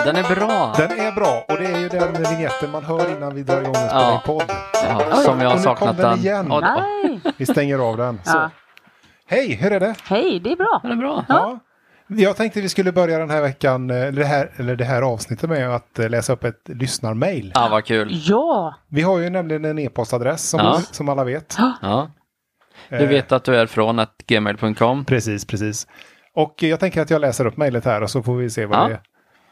den är bra. Den är bra och det är ju den vignetten man hör innan vi drar igång en spela in podd. Ja, som jag har saknat den. Igen. Nej. Vi stänger av den. Så. Ja. Hej, hur är det? Hej, det är bra. Den är bra. Ja. Jag tänkte vi skulle börja den här veckan, eller det här avsnittet med att läsa upp ett lyssnarmail. Ja, vad kul. Ja. Vi har ju nämligen en e-postadress som alla vet. Ja. Du vet att du är från gmail.com. Precis. Och jag tänker att jag läser upp mejlet här och så får vi se vad det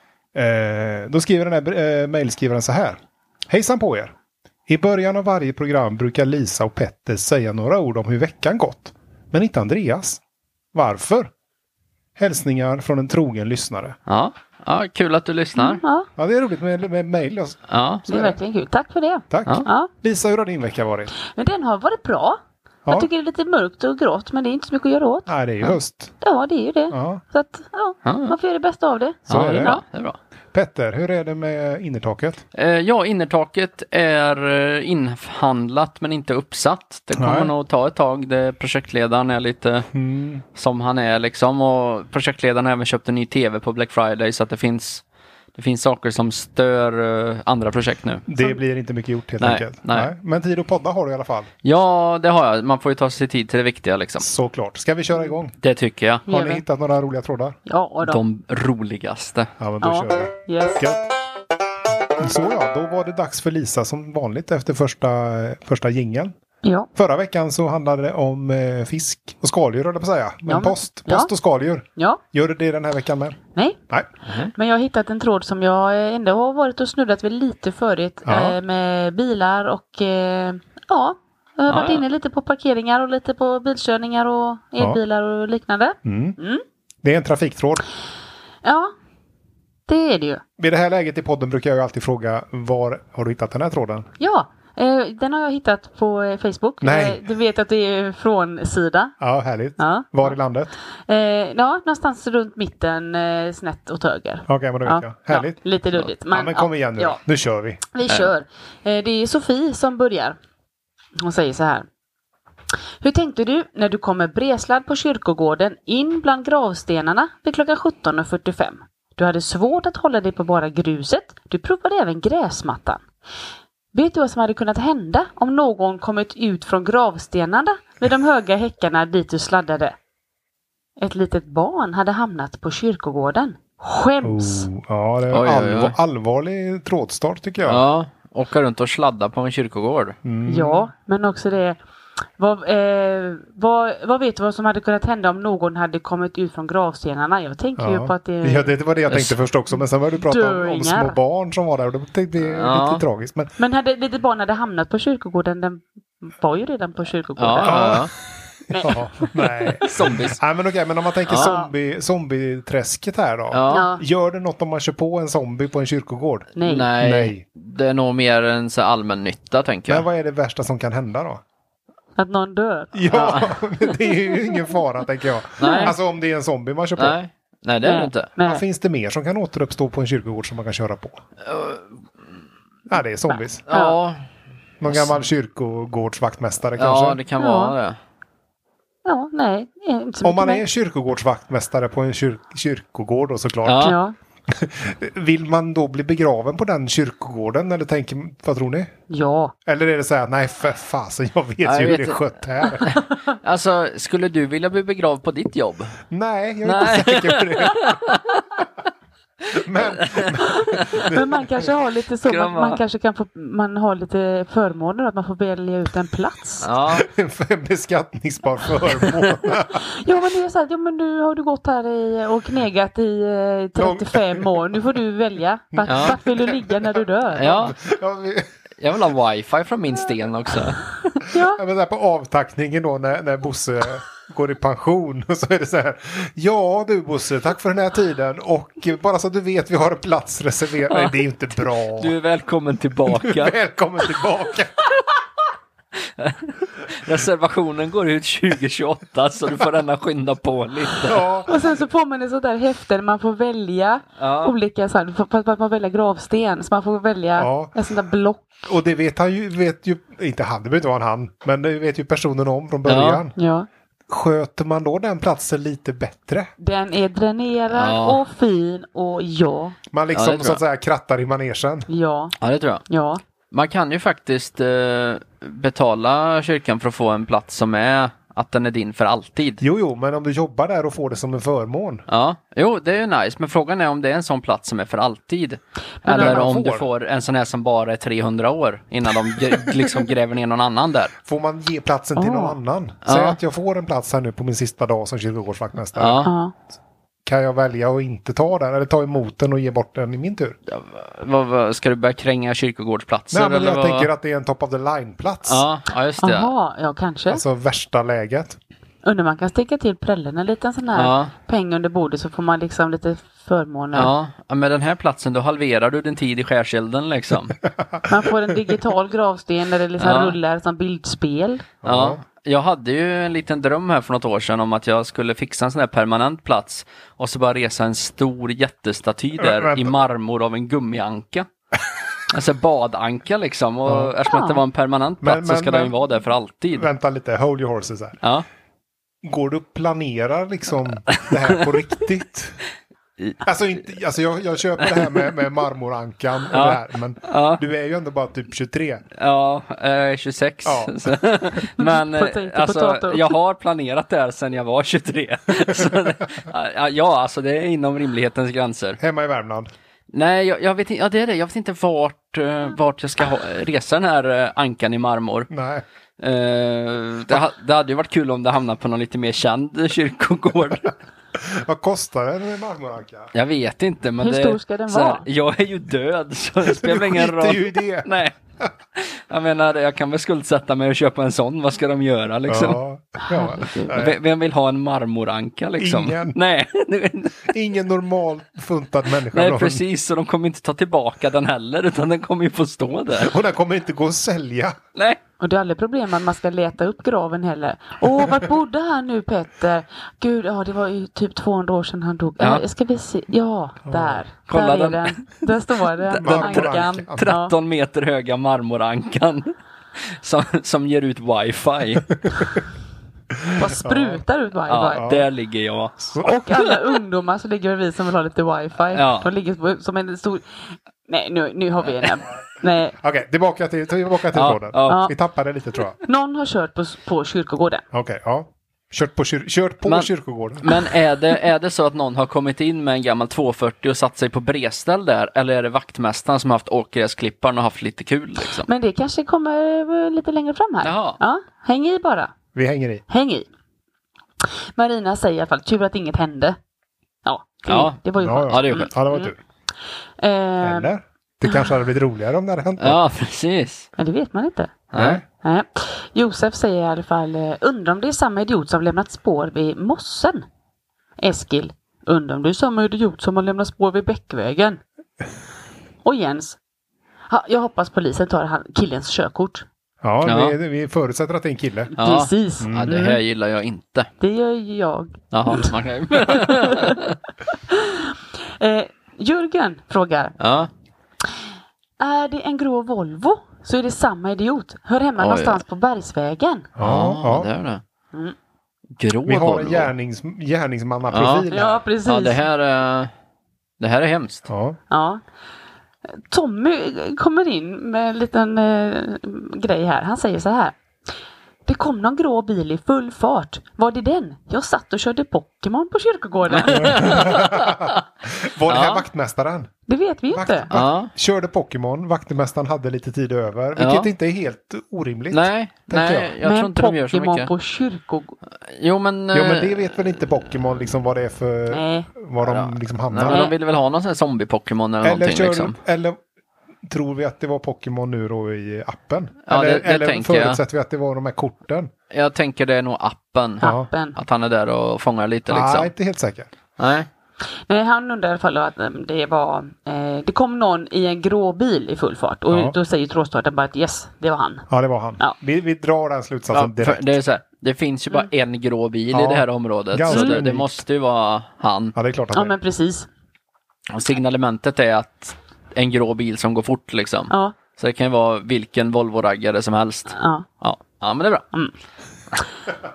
är. Då skriver den här mejlskrivaren så här. Hejsan på er. I början av varje program brukar Lisa och Petter säga några ord om hur veckan gått. Men inte Andreas. Varför? Hälsningar från en trogen lyssnare. Ja, kul att du lyssnar. Ja, Ja, det är roligt med mejl. Ja. det är verkligen kul. Tack för det. Tack. Ja. Lisa, hur har din vecka varit? Men den har varit bra. Ja. Jag tycker det är lite mörkt och grått, men det är inte så mycket att göra åt. Nej, det är ju höst. Ja, det är ju det. Ja. Så att, man får göra det bästa av det. Så är det. Bra. Det är bra. Petter, hur är det med innertaket? Ja, innertaket är inhandlat men inte uppsatt. Det kommer nog ta ett tag. Projektledaren är lite som han är liksom. Och projektledaren har även köpt en ny tv på Black Friday så att det finns saker som stör andra projekt nu. Det blir inte mycket gjort helt enkelt. Nej. Men tid att podda har du i alla fall. Ja, det har jag. Man får ju ta sig tid till det viktiga liksom. Såklart. Ska vi köra igång? Det tycker jag. Har ni hittat några roliga trådar? Ja, och då. De roligaste. Ja, men då kör vi. Yes. Gött. Så då var det dags för Lisa som vanligt efter första jingeln. Ja. Förra veckan så handlade det om fisk och skaldjur, eller på att säga. Men post och skaldjur. Ja. Gör det den här veckan med? Nej. Nej. Men jag har hittat en tråd som jag ändå har varit och snuddat vid lite förut. Med bilar och jag har varit inne lite på parkeringar och lite på bilkörningar och elbilar och liknande. Det är en trafiktråd. Ja, det är det ju. Vid det här läget i podden brukar jag alltid fråga, var har du hittat den här tråden? Ja, den har jag hittat på Facebook. Nej. Du vet att det är från sida. Ja, härligt. Ja. Var i landet? Någonstans runt mitten, snett åt höger. Okej, men då vet jag. Härligt. Ja, lite luddigt. Men kom igen nu. Ja. Nu kör vi. Vi kör. Det är Sofie som börjar. Hon säger så här. Hur tänkte du när du kommer breslad på kyrkogården in bland gravstenarna vid klockan 17:45? Du hade svårt att hålla dig på bara gruset. Du provade även gräsmattan. Vet du vad som hade kunnat hända om någon kommit ut från gravstenarna med de höga häckarna dit du sladdade? Ett litet barn hade hamnat på kyrkogården. Skäms! Ja, det är allvarlig trådstart tycker jag. Ja, åka runt och sladda på en kyrkogård. Ja, men också det. Vad vet du vad som hade kunnat hända om någon hade kommit ut från gravstenarna? Jag tänker ju på att det... Ja, det var det jag tänkte först också. Men sen var du prata om små barn som var där. Och det är lite tragiskt. Men hade lite barn hade hamnat på kyrkogården, den var ju redan på kyrkogården. Ja. Nej. Zombies. Nej, men okej, men om man tänker zombieträsket här då. Ja. Gör det något om man kör på en zombie på en kyrkogård? Nej. Det är nog mer en så allmän nytta, tänker jag. Men vad är det värsta som kan hända då? Att någon dör. Ja, det är ju ingen fara, tänker jag. Nej. Alltså om det är en zombie man kör på. Nej, det är det inte. Vad finns det mer som kan återuppstå på en kyrkogård som man kan köra på? Ja, det är zombies. Ja. Någon gammal kyrkogårdsvaktmästare kanske? Ja, det kan vara det. Ja, nej. Om man är kyrkogårdsvaktmästare på en kyrkogård då, såklart. Ja. Vill man då bli begraven på den kyrkogården? Eller vad tror ni? Ja. Eller är det så här, nej för fasen, jag vet ju hur det är skött här. Alltså, skulle du vilja bli begravd på ditt jobb? Nej, jag är inte säker på det. Men man kanske har lite så, man kanske kan få, man har lite förmåner att man får välja ut en plats. Ja. En beskattningsbar förmån. Ja, men det är så här, men nu har du gått här och knegat i 35 år. Nu får du välja. Vart vill du ligga när du dör? Ja. Jag vill ha wifi från min sten också. Ja. Men där på avtackningen då när Bosse går i pension och så är det så här. Ja du Bosse, tack för den här tiden och bara så att du vet vi har en plats reserverad. Nej, det är ju inte bra. Du är välkommen tillbaka. Du är välkommen tillbaka. Reservationen går ut 2028 så du får gärna skynda på lite. Ja. Och sen så får man en sån där häfte man får välja olika så här, man välja gravsten så man får välja en sån där block. Och det vet ju inte han, det vet inte vara han, men det vet ju personen om från början. Ja. sköter man då den platsen lite bättre? Den är dränerad och fin och Man liksom så att säga krattar i manegen. Ja, det tror jag. Ja. Man kan ju faktiskt betala kyrkan för att få en plats som är att den är din för alltid. Jo, men om du jobbar där och får det som en förmån. Ja, jo, det är ju nice. Men frågan är om det är en sån plats som är för alltid. Eller om du får en sån här som bara är 300 år innan de liksom gräver ner någon annan där. Får man ge platsen till någon annan? Säg att jag får en plats här nu på min sista dag som kyrkogårdsvaktmästare. Ja. Kan jag välja att inte ta den eller ta emot den och ge bort den i min tur? Ska du börja kränga kyrkogårdsplatser? Nej, men jag eller tänker att det är en top of the line-plats. Ja, just det. Jaha, ja kanske. Alltså värsta läget. Undrar man kan sticka till prällen en liten sån här peng under bordet så får man liksom lite förmåner. Ja, med den här platsen då halverar du din tid i skärselden liksom. Man får en digital gravsten där det liksom rullar som bildspel. Ja, jag hade ju en liten dröm här för något år sedan om att jag skulle fixa en sån här permanent plats och så bara resa en stor jättestaty där i marmor av en gummianka. Alltså badanka liksom. Och eftersom att det var en permanent plats så ska den ju vara där för alltid. Vänta lite, hold your horses här. Ja. Går du att planera liksom det här på riktigt? Alltså jag köper det här med marmorankan och det här, men du är ju ändå bara typ 23. Ja, 26. Ja. Men alltså, jag har planerat det här sedan jag var 23. Så, alltså det är inom rimlighetens gränser. Hemma i Värmland? Nej, jag vet inte, det är det. Jag vet inte vart jag ska resa den här ankan i marmor. Nej. Det hade ju varit kul om det hamnade på någon lite mer känd kyrkogård. Vad kostar den med marmoranka? Jag vet inte, men hur stor ska den vara? Jag är ju död så det spelar ingen roll. Du skiter ju i det. Nej. Jag menar, jag kan väl skuldsätta mig och köpa en sån. Vad ska de göra liksom? Ja. Vem vill ha en marmoranka liksom? Ingen. Nej. Ingen normal funtad människa. Nej, precis. Så de kommer inte ta tillbaka den heller, utan den kommer ju få stå där. Och den kommer inte gå att sälja. Nej. Och det är aldrig problem att man ska leta upp graven heller. Vart bodde han nu, Petter? Gud, det var ju typ 200 år sedan han dog. Ska vi se? Ja, där. Kolla där är den. Där står den. Ankan. 13 meter höga marmorankan. Som ger ut wifi. Vad sprutar ut wifi. Ja, där ligger jag. Och alla ungdomar så ligger vi som vill ha lite wifi. Ja. De ligger som en stor... Nej, nu har vi en. Nej. Okej, tillbaka till tråden. Ja. Vi tappade lite, tror jag. Någon har kört på kyrkogården. Okej, ja. Kört på kyrkogården. Men är det så att någon har kommit in med en gammal 240 och satt sig på bredställ där? Eller är det vaktmästaren som har haft åkgräsklipparen och haft lite kul liksom? Men det kanske kommer lite längre fram här. Jaha. Ja, häng i bara. Vi hänger i. Häng i. Marina säger i alla fall, tur att inget hände. Ja, det var ju skönt. Ja, det är skönt. Ja, det var tur. Eller? Det kanske hade blivit roligare om det hade hänt. Ja, precis. Men det vet man inte. Nej. Josef säger i alla fall, undrar om det är samma idiot som lämnat spår vid mossen. Eskil, undrar om det är samma idiot som har lämnat spår vid Bäckvägen. Och Jens, jag hoppas polisen tar killens körkort. Ja. Vi förutsätter att det är en kille. Ja. Precis. Ja, det här gillar jag inte. Det gör jag. Jaha, Jörgen frågar. Ja. Är det en grå Volvo så är det samma idiot. Hör hemma någonstans på Bergsvägen. Ja. Det är det. Grå Vi har Volvo. en gärningsmannaprofil. Ja, precis. Ja, det här är hemskt. Ja. Tommy kommer in med en liten grej här. Han säger så här. Det kom någon grå bil i full fart. Var det den? Jag satt och körde Pokémon på kyrkogården. Var det här vaktmästaren? Det vet vi inte. Körde Pokémon. Vaktmästaren hade lite tid över. Vilket inte är helt orimligt. Nej, jag tror inte de gör så mycket. Pokémon på kyrkogården. Jo, men det vet väl inte Pokémon liksom vad det är för... Var de liksom hamnar. Nej, men de ville väl ha någon sån här zombie-Pokémon eller någonting liksom. Eller tror vi att det var Pokémon nu då i appen? Ja, eller tänker förutsätter vi att det var de här korten? Jag tänker det är nog appen. Att han är där och fångar lite liksom. Nej, inte helt säker. Nej, han undrar i alla fall att det var... det kom någon i en grå bil i full fart. Och då säger trådstarten bara att yes, det var han. Ja, det var han. Ja. Vi drar den slutsatsen direkt. Det är så här, det finns ju bara en grå bil i det här området. Så det måste ju vara han. Ja, det är klart att men precis. Och signalementet är att en grå bil som går fort liksom. Ja. Så det kan ju vara vilken Volvo-raggare som helst. Ja. Ja, men det är bra.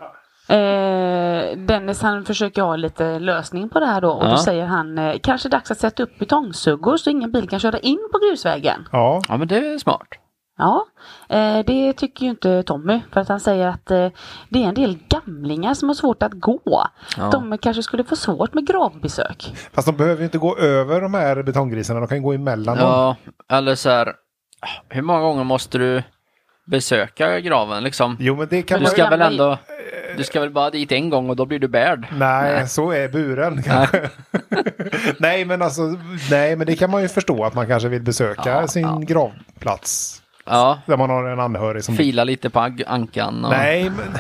Dennis han försöker ha lite lösning på det här då. Och då säger han, kanske dags att sätta upp betongsuggor så ingen bil kan köra in på grusvägen. Ja, men det är smart. Ja, det tycker ju inte Tommy. För att han säger att det är en del gamlingar som har svårt att gå. Ja. De kanske skulle få svårt med gravbesök. fast de behöver ju inte gå över de här betonggrisarna. De kan gå emellan dem. Ja, eller så här, hur många gånger måste du besöka graven liksom? Jo, men det kan Du man ska väl ändå, du ska väl bara dit en gång och då blir du bärd. Nej, så är buren kanske. Nej, men det kan man ju förstå att man kanske vill besöka sin gravplats. Ja, Där man har en anhörig som... fila lite på ankan. Och... Nej, men...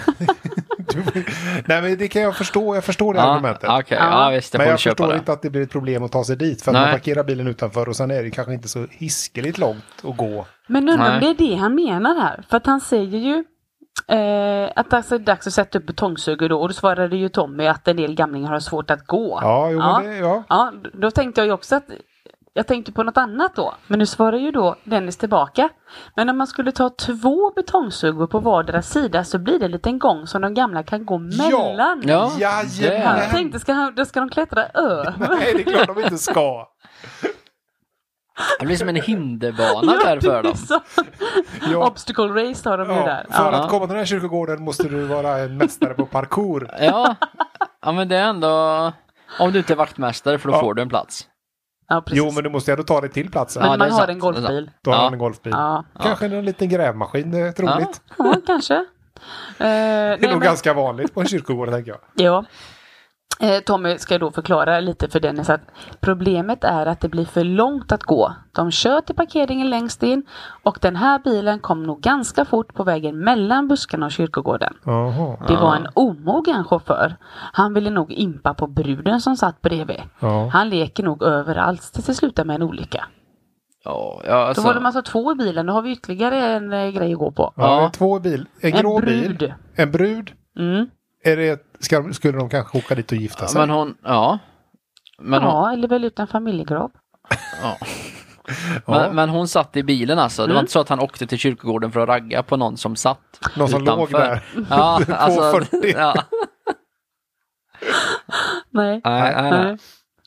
Nej, men det kan jag förstå. Jag förstår det argumentet. Okej, ja visst, det Men får jag du köpa förstår det. inte att det blir ett problem att ta sig dit. För att man parkerar bilen utanför och sen är det kanske inte så hiskeligt långt att gå. Men undrar om det är det han menar här. För att han säger ju att det är dags att sätta upp betongsuggor då. Och då svarade ju Tommy att en del gamlingar har svårt att gå. Ja, jo, men det... Ja. Ja, då tänkte jag ju också att jag tänkte på något annat då. Men nu svarar ju då Dennis tillbaka. Men om man skulle ta 2 betongsuggor på vardera sida så blir det en liten gång som de gamla kan gå mellan. Ja, Jajamän. Jag tänkte, ska de klättra över? Nej, det är klart de inte ska. Det blir som en hinderbana där för dem. Ja. Obstacle race har de ju där. För att komma till den här kyrkogården måste du vara en mästare på parkour. Ja, men det är ändå... Om du inte är vaktmästare för då får du en plats. Ja, precis. Jo, men du måste ändå ta dig till platsen. Men Ja, det man är har sant, en golfbil. Då har man en golfbil. Ja, Kanske en liten grävmaskin, det är troligt. ja kanske. Det är nog ganska vanligt på en kyrkogård, tänker jag. Ja. Tommy ska då förklara lite för Dennis att problemet är att det blir för långt att gå. De kör till parkeringen längst in och den här bilen kom nog ganska fort på vägen mellan buskarna och kyrkogården. Jaha. Det var en omogen chaufför. Han ville nog impa på bruden som satt bredvid. Ja. Han leker nog överallt tills det slutar med en olycka. Ja, Då alltså... var det alltså 2 i bilen. Då har vi ytterligare en grej att gå på. Ja, 2 bil. En grå brud. bil. En brud. Mm. Är det, skulle de kanske åka dit och gifta sig? Men hon... Ja. Men hon, eller väl ut en familjegrav. men hon satt i bilen alltså. Det var inte så att han åkte till kyrkogården för att ragga på någon som satt Någon som låg där. Ja, alltså... 2,40. Ja. Nej. Nej.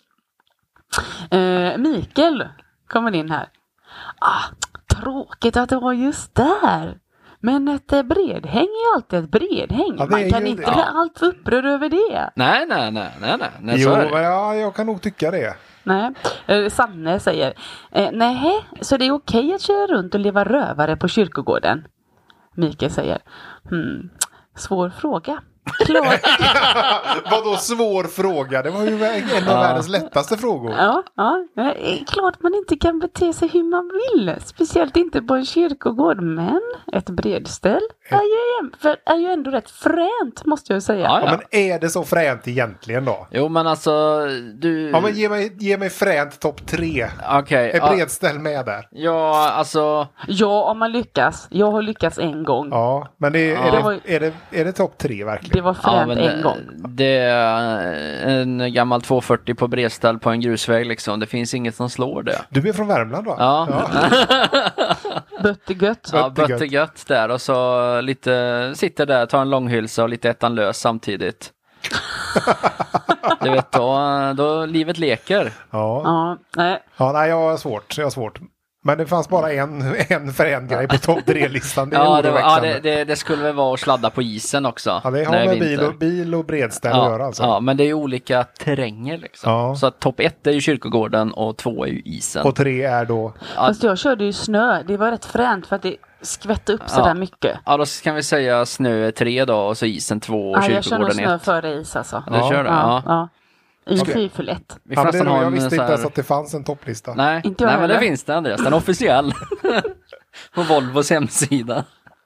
Mikael kommer in här. Tråkigt att det var just där. Men ett bredhäng är ju alltid ett bredhäng. Ja, det Man är kan ju inte det. bli allt för upprörd över det. Nej, Jo, så är det. men ja, jag kan nog tycka det. Nej. Sanne säger. Nej, så det är okej att köra runt och leva rövare på kyrkogården. Mikael säger. Svår fråga. Klart. Vadå svår fråga? Det var ju en av världens lättaste frågor. Ja, klart man inte kan bete sig hur man vill. Speciellt inte på en kyrkogård. Men ett bredställ är ju ändå rätt fränt, måste jag säga. Ja, men är det så fränt egentligen då? Jo, men alltså du... Ja, men ge mig fränt topp 3. Okej. Är bredställ med där? Ja, alltså... Ja, om man lyckas. Jag har lyckats en gång. Ja, men är det topp 3 verkligen? Det var fränt en gång. Det är en gammal 240 på bredställ på en grusväg liksom. Det finns inget som slår det. Du är från Värmland va? Ja. Böttegött. Ja, böttegött där och så lite sitter där, tar en långhylsa och lite ettan lös samtidigt. Du vet då livet leker. Ja. Nej. Ja, nej, jag har svårt. Men det fanns bara en grej på topp 3-listan. Det skulle väl vara att sladda på isen också. Ja, det har med bil och bredställ att göra alltså. Ja, men det är olika terränger liksom. Ja. Så att topp 1 är ju kyrkogården och 2 är ju isen. Och 3 är då? Fast jag körde ju snö. Det var rätt fränt för att det skvätte upp sådär mycket. Ja, då kan vi säga snö är 3 då och så isen 2 och jag kyrkogården 1. Jag kör nog snö före is alltså. Ja, det kör det, ja. Is är för lätt. Jag visste inte ens att det fanns en topplista. Nej, men det finns det, Andreas. Den är officiell. På Volvos hemsida.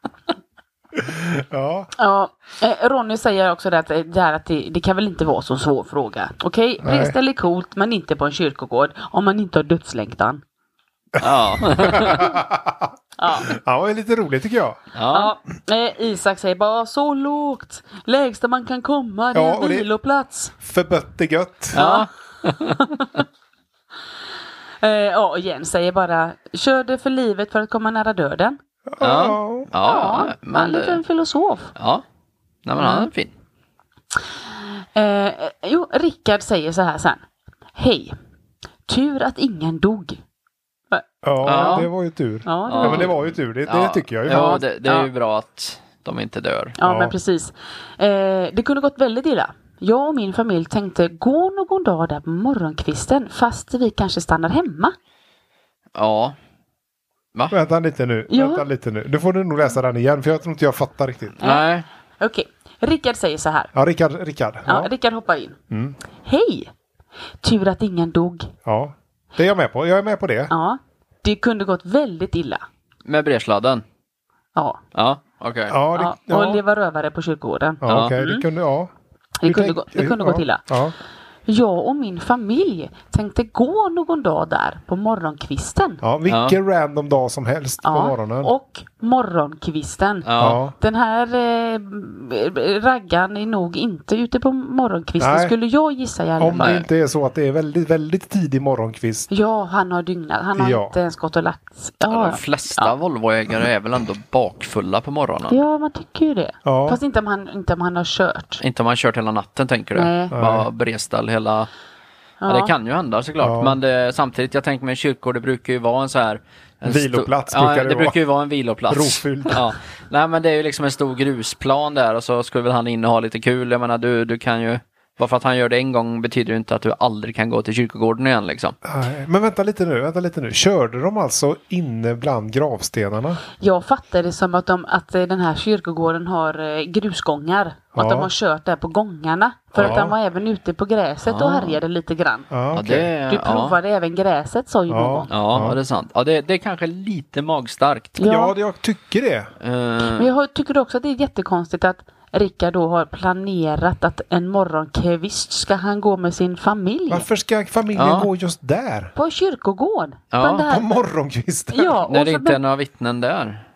Ja. Ronny säger också att det kan väl inte vara så svår fråga. Okej, bredställ är coolt men inte på en kyrkogård om man inte har dödslängtan. Ja. Ja. Ja, det är lite roligt tycker jag. Ja. Isak säger bara så lågt. Lägsta man kan komma, det är viloplats. För gött. Ja. Och Jens säger bara kör det för livet för att komma nära döden. Ja. Men en liten filosof. Ja. Nej, men han är fin. Rickard säger så här sen. Hej, tur att ingen dog. Ja, det var ju tur. Ja, men det var ju tur, det tycker jag ju. Ja, det är ju bra att de inte dör. Ja, men precis. Det kunde gått väldigt illa. Jag och min familj tänkte gå någon dag där på morgonkvisten fast vi kanske stannar hemma. Ja. Va? Vänta lite nu. Nu får du nog läsa den igen för jag tror inte jag fattar riktigt. Nej. Okej. Rickard säger så här. Ja, Rickard. Ja, Rickard hoppar in. Hej! Tur att ingen dog. Ja, det är jag med på. Jag är med på det. Ja, det kunde gått väldigt illa. Med bredsladden? Ja. Ja, okej. Och leva rövare på kyrkogården. Ja, okej. Det kunde, Det kunde gått illa. Ja. Jag och min familj tänkte gå någon dag där på morgonkvisten. Ja, vilken random dag som helst på morgonen. Och morgonkvisten. Ja. Den här raggan är nog inte ute på morgonkvisten. Skulle jag gissa i alla fall. Om det inte är så att det är väldigt, väldigt tidig morgonkvist. Ja, han har dygnat. Han har inte ens gått och lagt. De flesta Volvoägare är väl ändå bakfulla på morgonen. Ja, man tycker ju det. Ja. Fast inte om han har kört. Inte om han har kört hela natten, tänker du? Nej. Bara Bredstall hela... Ja, det kan ju hända såklart. Men samtidigt, jag tänker med en kyrkogård, det brukar ju vara en så här... viloplats det brukar ju vara en viloplats. Rofylld. Ja. Nej, men det är ju liksom en stor grusplan där och så skulle väl han in och ha lite kul. Jag menar, du kan ju... Bara för att han gör det en gång betyder det inte att du aldrig kan gå till kyrkogården igen liksom. Nej, men vänta lite nu. Körde de alltså inne bland gravstenarna? Jag fattar det som att den här kyrkogården har grusgångar. Och att de har kört där på gångarna. För att han var även ute på gräset och härjade lite grann. Du provade även gräset, sa ju någon. Ja, det är sant. Ja, det är kanske lite magstarkt. Ja, jag tycker det. Men jag tycker också att det är jättekonstigt att Rickard då har planerat att en morgonkvist ska han gå med sin familj. Varför ska familjen gå just där? På kyrkogård. På morgonkvisten? Ja, när det inte är några vittnen där.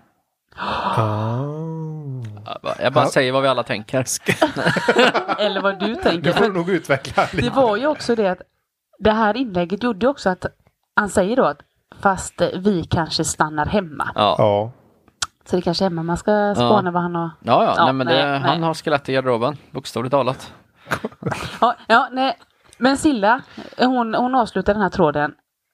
Jag bara säger vad vi alla tänker. Eller vad du tänker. Det får du nog utveckla lite. Det var ju också det att det här inlägget gjorde också att han säger då att fast vi kanske stannar hemma. Ja. Så det kanske är hemma man ska spåna vad han har... Han har skelett i garderoben, bokstavligt talat. Nej. Men Silla, hon avslutar den här tråden.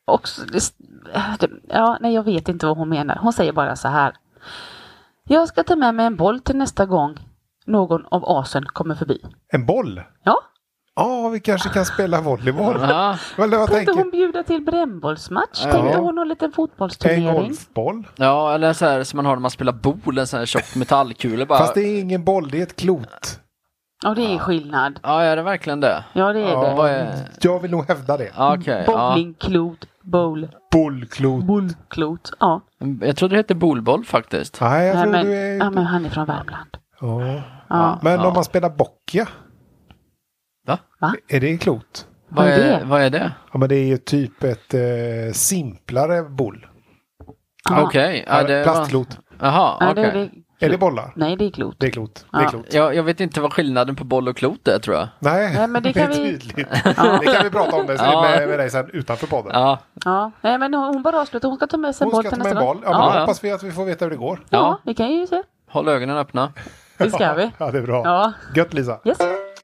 Jag vet inte vad hon menar. Hon säger bara så här. Jag ska ta med mig en boll till nästa gång någon av asen kommer förbi. En boll? Ja. Ja, vi kanske kan spela volleyboll. Tänkte hon bjuda till brännbollsmatch? Tänkte hon ha en liten fotbollsturnering? En golfboll? Ja, eller så här som man har när man spelar boll, en sån här tjock metallkula bara. Fast det är ingen boll, det är ett klot. Ja, det är skillnad. Ja, är det verkligen det? Ja, det är det. Jag vill nog hävda det. Okay, bowlingklot, boll. Bollklot, ja. Jag trodde det hette bolboll faktiskt. Nej, jag tror du är... Ja, men han är från Värmland. Men om man spelar bockia? Va? Är det klot? Vad är det? Ja, men det är ju typ ett simplare boll. Okej. Plastklot. Jaha, okej. Är det bollar? Nej, det är klot. Det är klot. Jag vet inte vad skillnaden på boll och klot är, tror jag. Nej, men det kan vi... tydligt. Det kan vi prata om med dig sen utanför podden. Nej, men hon bara avslutar. Hon ska ta med sig en boll till nästa gång. Ja, men hoppas vi att vi får veta hur det går. Ja, vi kan ju se. Håll ögonen öppna. Det ska vi. Ja, det är bra. Ja. Gött, Lisa. Yes.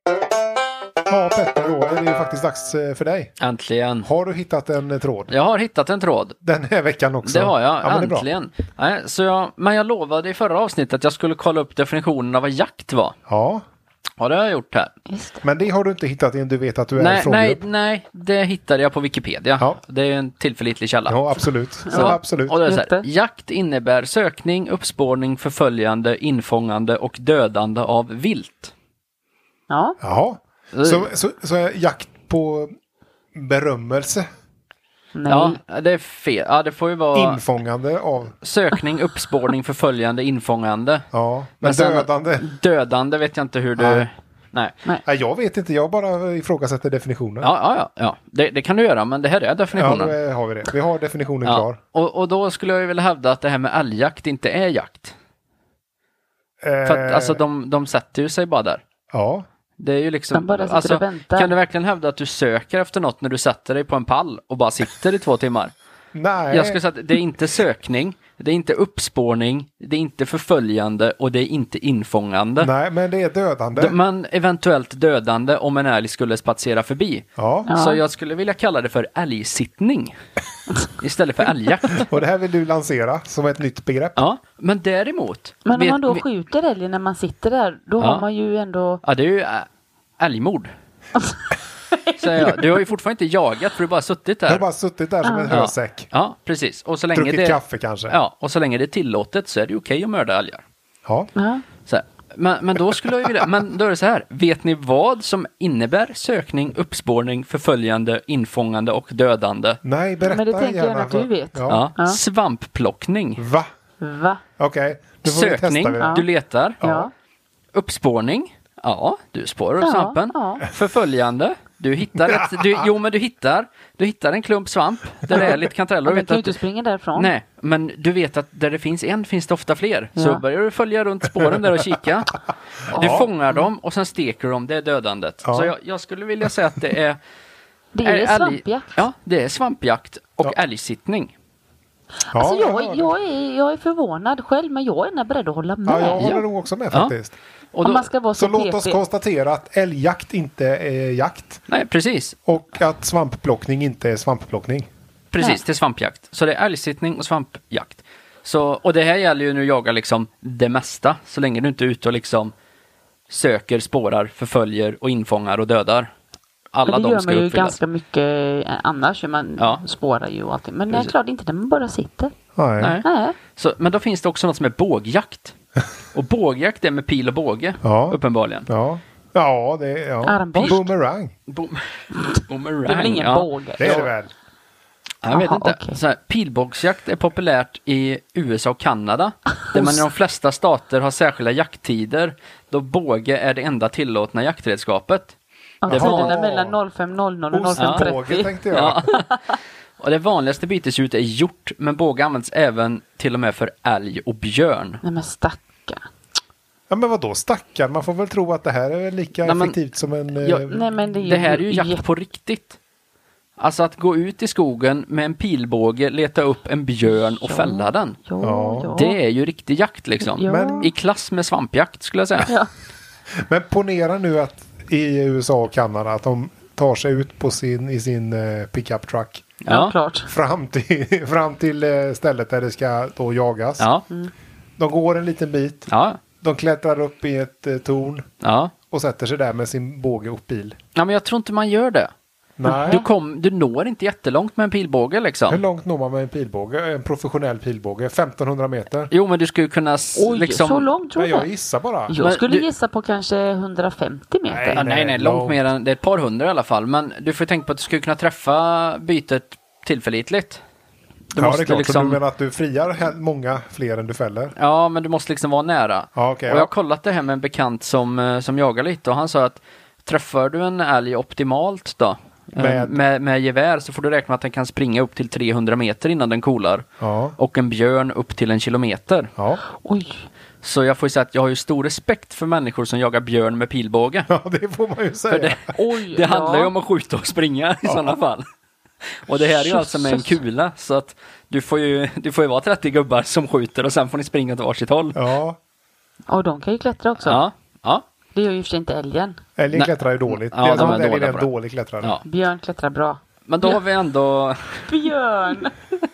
Ja, Petter, då är det ju faktiskt dags för dig. Äntligen. Har du hittat en tråd? Jag har hittat en tråd. Den här veckan också? Det har jag, äntligen. Nej, men jag lovade i förra avsnittet att jag skulle kolla upp definitionen av vad jakt var. Ja. Ja, det har jag gjort här. Men det har du inte hittat in, du vet att du är frångrupp? Nej, det hittade jag på Wikipedia. Ja. Det är en tillförlitlig källa. Ja, absolut. Absolut. Och det är så här, jakt innebär sökning, uppspårning, förföljande, infångande och dödande av vilt. Ja. Jaha. Så är jakt på berömmelse? Nej. Ja, det är fel. Ja, det får ju vara... Infångande av... Sökning, uppspårning, förföljande, infångande. Ja, men dödande... Dödande vet jag inte hur du... Nej. Jag vet inte, jag bara ifrågasätter definitionen. Ja. Det kan du göra, men det här är definitionen. Ja, då har vi det. Vi har definitionen klar. Och då skulle jag vilja hävda att det här med älgjakt inte är jakt. För att alltså de sätter ju sig bara där. Ja. Det är ju liksom, alltså, kan du verkligen hävda att du söker efter något när du sätter dig på en pall och bara sitter i 2 timmar? Nej. Jag skulle säga att det är inte sökning, det är inte uppspårning, det är inte förföljande och det är inte infångande. Nej, men det är dödande. Men eventuellt dödande om en älg skulle spatsera förbi. Ja. Så jag skulle vilja kalla det för älgsittning istället för älgjakt. Och det här vill du lansera som ett nytt begrepp. Ja, men däremot... Men om man då skjuter älgen när man sitter där, då har man ju ändå... Ja, det är ju älgmord. Så du har ju fortfarande inte jagat för du har bara suttit där. Jag har bara suttit där som en hösäck. Ja, precis. Och så länge Druckit kaffe kanske. Ja, och så länge det är tillåtet så är det okej att mörda älgar. Ja. Så här. Men då skulle jag vilja... Men då är det så här. Vet ni vad som innebär sökning, uppspårning, förföljande, infångande och dödande? Nej, berätta Men det tänker jag gärna att du vet. Ja. Svampplockning. Va? Okej. Nu får vi Sökning, testa det. du letar. Ja. Uppspårning. Ja, du spårar upp svampen. Ja. Förföljande. Du hittar du hittar en klump svamp där det är lite kantareller. Men kan du inte springa därifrån? Nej, men du vet att där det finns en finns det ofta fler. Så börjar du följa runt spåren där och kika. Du fångar dem och sen steker du dem. Det är dödandet. Ja. Så jag skulle vilja säga att det är... Det är svampjakt. Ja, det är svampjakt och älgsittning. Ja, Alltså jag jag är förvånad själv, men jag är beredd att hålla med. Ja, jag håller nog också med faktiskt. Och då, Om man ska vara Så så låt oss pepig. konstatera att älgjakt inte är jakt. nej, precis. Och att svampplockning inte är svampplockning. Precis, Nej. till svampjakt. Så det är älgsittning och svampjakt. Så, och det här gäller ju nu att jaga liksom det mesta. Så länge du inte är ute och liksom söker, spårar, förföljer och infångar och dödar. Alla Men det de gör ska man ju uppfyllas. ganska mycket annars. Man spårar ju och allting. Men det är klart inte när man bara sitter. Nej. Nej. Så, men då finns det också något som är bågjakt. Och bågjakt är med pil och båge, uppenbarligen. Ja, det är... Ja. Armborst. Boomerang. Boomerang, Det är väl ingen båge? Det är det väl. Jag vet Aha, inte. okej. Så här, pilbågsjakt är populärt i USA och Kanada. Där man i de flesta stater har särskilda jakttider. Då båge är det enda tillåtna jaktredskapet. Ja, Det var- tiderna mellan 05.00 och Ostbåge 05.30. tänkte jag. Ja. Och det vanligaste bytesdjuret är hjort. Men båge används även till och med för älg och björn. Nej men stackarn. Ja, men vadå stackarn? Man får väl tro att det här är lika Nej, men- effektivt som en... Ja, Nej men det är ju... Det här är ju jakt på riktigt. Alltså att gå ut i skogen med en pilbåge, leta upp en björn och fälla den. Ja. Det är ju riktig jakt liksom. Ja. Men- I klass med svampjakt skulle jag säga. Ja. Men ponera nu att i USA och Kanada att de tar sig ut på i sin pickup truck Ja, klart. fram till stället där det ska då jagas. Ja. De går en liten bit. Ja. De klättrar upp i ett torn Ja. och sätter sig där med sin båge och pil. Ja, men jag tror inte man gör det. Nej. Du når inte jättelångt med en pilbåge Hur liksom. långt når man med en pilbåge? En professionell pilbåge? 1500 meter? Jo, men du skulle kunna Oj, liksom... så långt tror Nej, jag. jag gissar bara. Jag Men skulle du- gissa på kanske 150 meter. Ja, nej, Nej, långt långt. mer än... Det är ett par hundra i alla fall. Men du får tänka på att du skulle kunna träffa bytet tillförlitligt. Du Ja, måste det är klart. Så liksom... du menar att du friar många fler än du fäller? Ja, men du måste liksom vara nära. Ja, okej. Och jag har kollat det här med en bekant som jagar lite och han sa att träffar du en älg optimalt då med gevär så får du räkna med att den kan springa upp till 300 meter innan den kolar. Ja. Och en björn upp till 1 kilometer. Ja. Oj. Så jag får ju säga att jag har ju stor respekt för människor som jagar björn med pilbåge. Ja, det får man ju säga. För det, Oj, det handlar ju om att skjuta och springa i sådana fall. Och det här är ju alltså med en kula så att du får ju vara 30 gubbar som skjuter och sen får ni springa åt varsitt håll. Ja. Och de kan ju klättra också. Ja, ja. Det gör ju för sig inte älgen. Älgen Nej. klättrar ju dåligt. Ja, det är de som är att älgen dåliga är på en det. dålig klättrare. Ja. Björn klättrar bra. Men då har vi ändå Björn!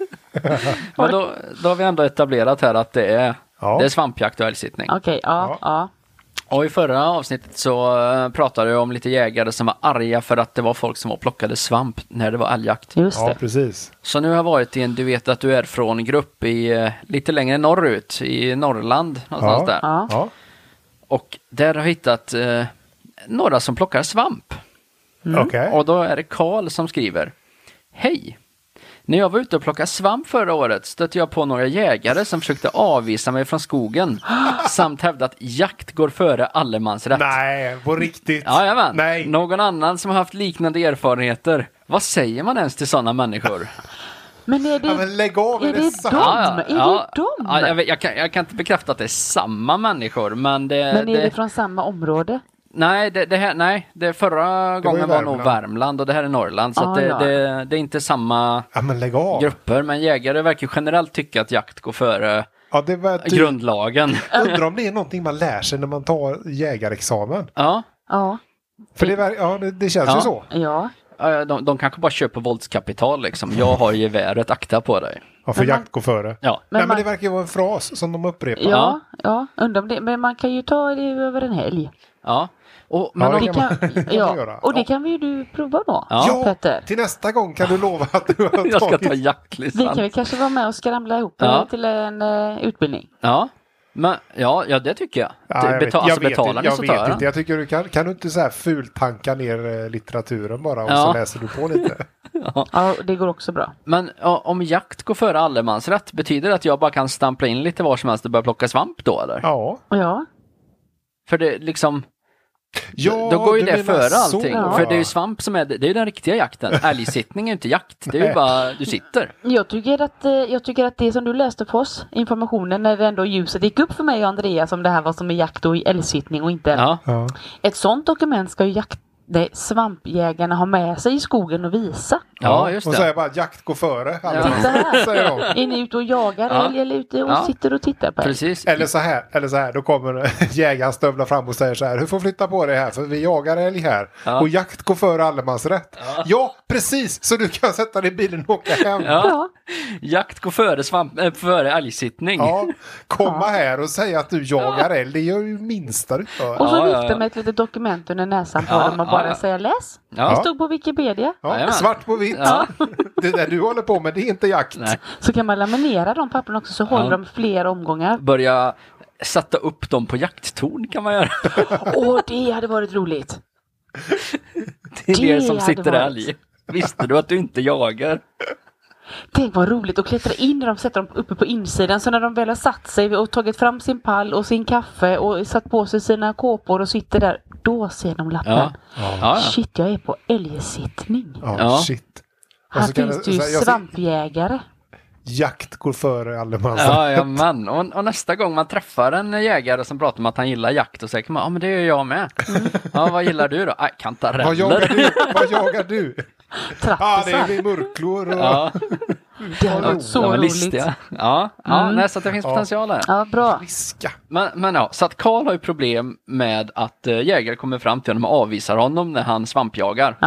men då har vi ändå etablerat här att det är svampjakt och älgsittning. Okej, ja. Och i förra avsnittet så pratade jag om lite jägare som var arga för att det var folk som var plockade svamp när det var älgjakt. Just Ja, det. precis. Så nu har jag varit i en, du vet att du är från grupp i lite längre norrut, i Norrland någonstans där. Ja. Ja. Och där har jag hittat några som plockar svamp. Okej. Och då är det Karl som skriver: Hej! När jag var ute och plockade svamp förra året stötte jag på några jägare som försökte avvisa mig från skogen samt hävda att jakt går före allemansrätt. Nej, på riktigt. Jajamän. Nej. Någon annan som har haft liknande erfarenheter. Vad säger man ens till sådana människor? Men är det... Ja, men lägg av, är det sant? dem? Är det dem? Ja, jag kan inte bekräfta att det är samma människor, men det... Men är det från samma område? Nej, det förra gången var nog Värmland och det här är Norrland. Så att det är inte samma grupper. Men jägare verkar generellt tycka att jakt går före grundlagen. Undrar om det är någonting man lär sig när man tar jägarexamen. Ja. För det känns ju så. Ja. De kanske bara köper våldskapital liksom. Jag har geväret, akta på dig. Ja, för jakt går före. Ja. Men det verkar ju vara en fras som de upprepar. Ja, undrar om det. Men man kan ju ta det över en helg. Ja. Det kan vi ju du prova då, Petter. Till nästa gång kan du lova att du har jag ska ta jaktlistan. Vi kan väl kanske vara med och skramla ihop till en utbildning. Ja. Men, det tycker jag. Betalar ni så tar jag. Jag tycker kan du inte så här fultanka ner litteraturen bara och så läser du på lite. Ja, det går också bra. Men om jakt går före allemansrätt, betyder det att jag bara kan stampla in lite var som helst och börja plocka svamp då, eller? Ja. För det liksom... då går ju det före allting. För det är ju svamp som det är ju den riktiga jakten. Älgsittning är ju inte jakt. Det är ju bara, du sitter. Jag tycker att det som du läste på oss, informationen, när det ändå ljuset gick upp för mig och Andreas om det här var som är jakt och älgsittning och inte. Ett sånt dokument ska ju svampjägarna har med sig i skogen och visa. Ja, just det. Och säger bara att jakt går före. Titta här. Är ni ute och jagar älg eller ute och sitter och tittar på älg? Precis. Eller så här, då kommer jägaren stövla fram och säger så här: hur får flytta på det här för vi jagar älg här. Och jakt går före allemansrätt. Ja, precis. Så du kan sätta dig i bilen och åka hem. Jakt går före älgsittning. Ja, komma här och säga att du jagar älg, det gör ju minsta du för. Och så vifta med ett litet dokument under näsan på dem och bara säga läs. Det stod på Wikipedia. Svart på vitt. Det där du håller på med, det är inte jakt. Nej. Så kan man laminera de papperna också så håller de fler omgångar. Börja sätta upp dem på jakttorn kan man göra. Det hade varit roligt. Det är det som sitter älg. Visste du att du inte jagar? Tänk vad roligt att klättra in när de sätter dem uppe på insidan. Så när de väl har satt sig och tagit fram sin pall och sin kaffe och satt på sig sina kåpor och sitter där, då ser de lappen. Shit, jag är på älgsittning. Shit. Här finns det ju svampjägare. Jakt går före allemansrätt. Men. Och nästa gång man träffar en jägare som pratar om att han gillar jakt och säger man, men det gör jag med. Vad gillar du då? Kantareller. Vad jagar du? Trattisar. Det är murklor. Det har varit så roligt. Så att det finns potential här. Ja, bra. Men så att Karl har ju problem med att jägare kommer fram till honom och avvisar honom när han svampjagar.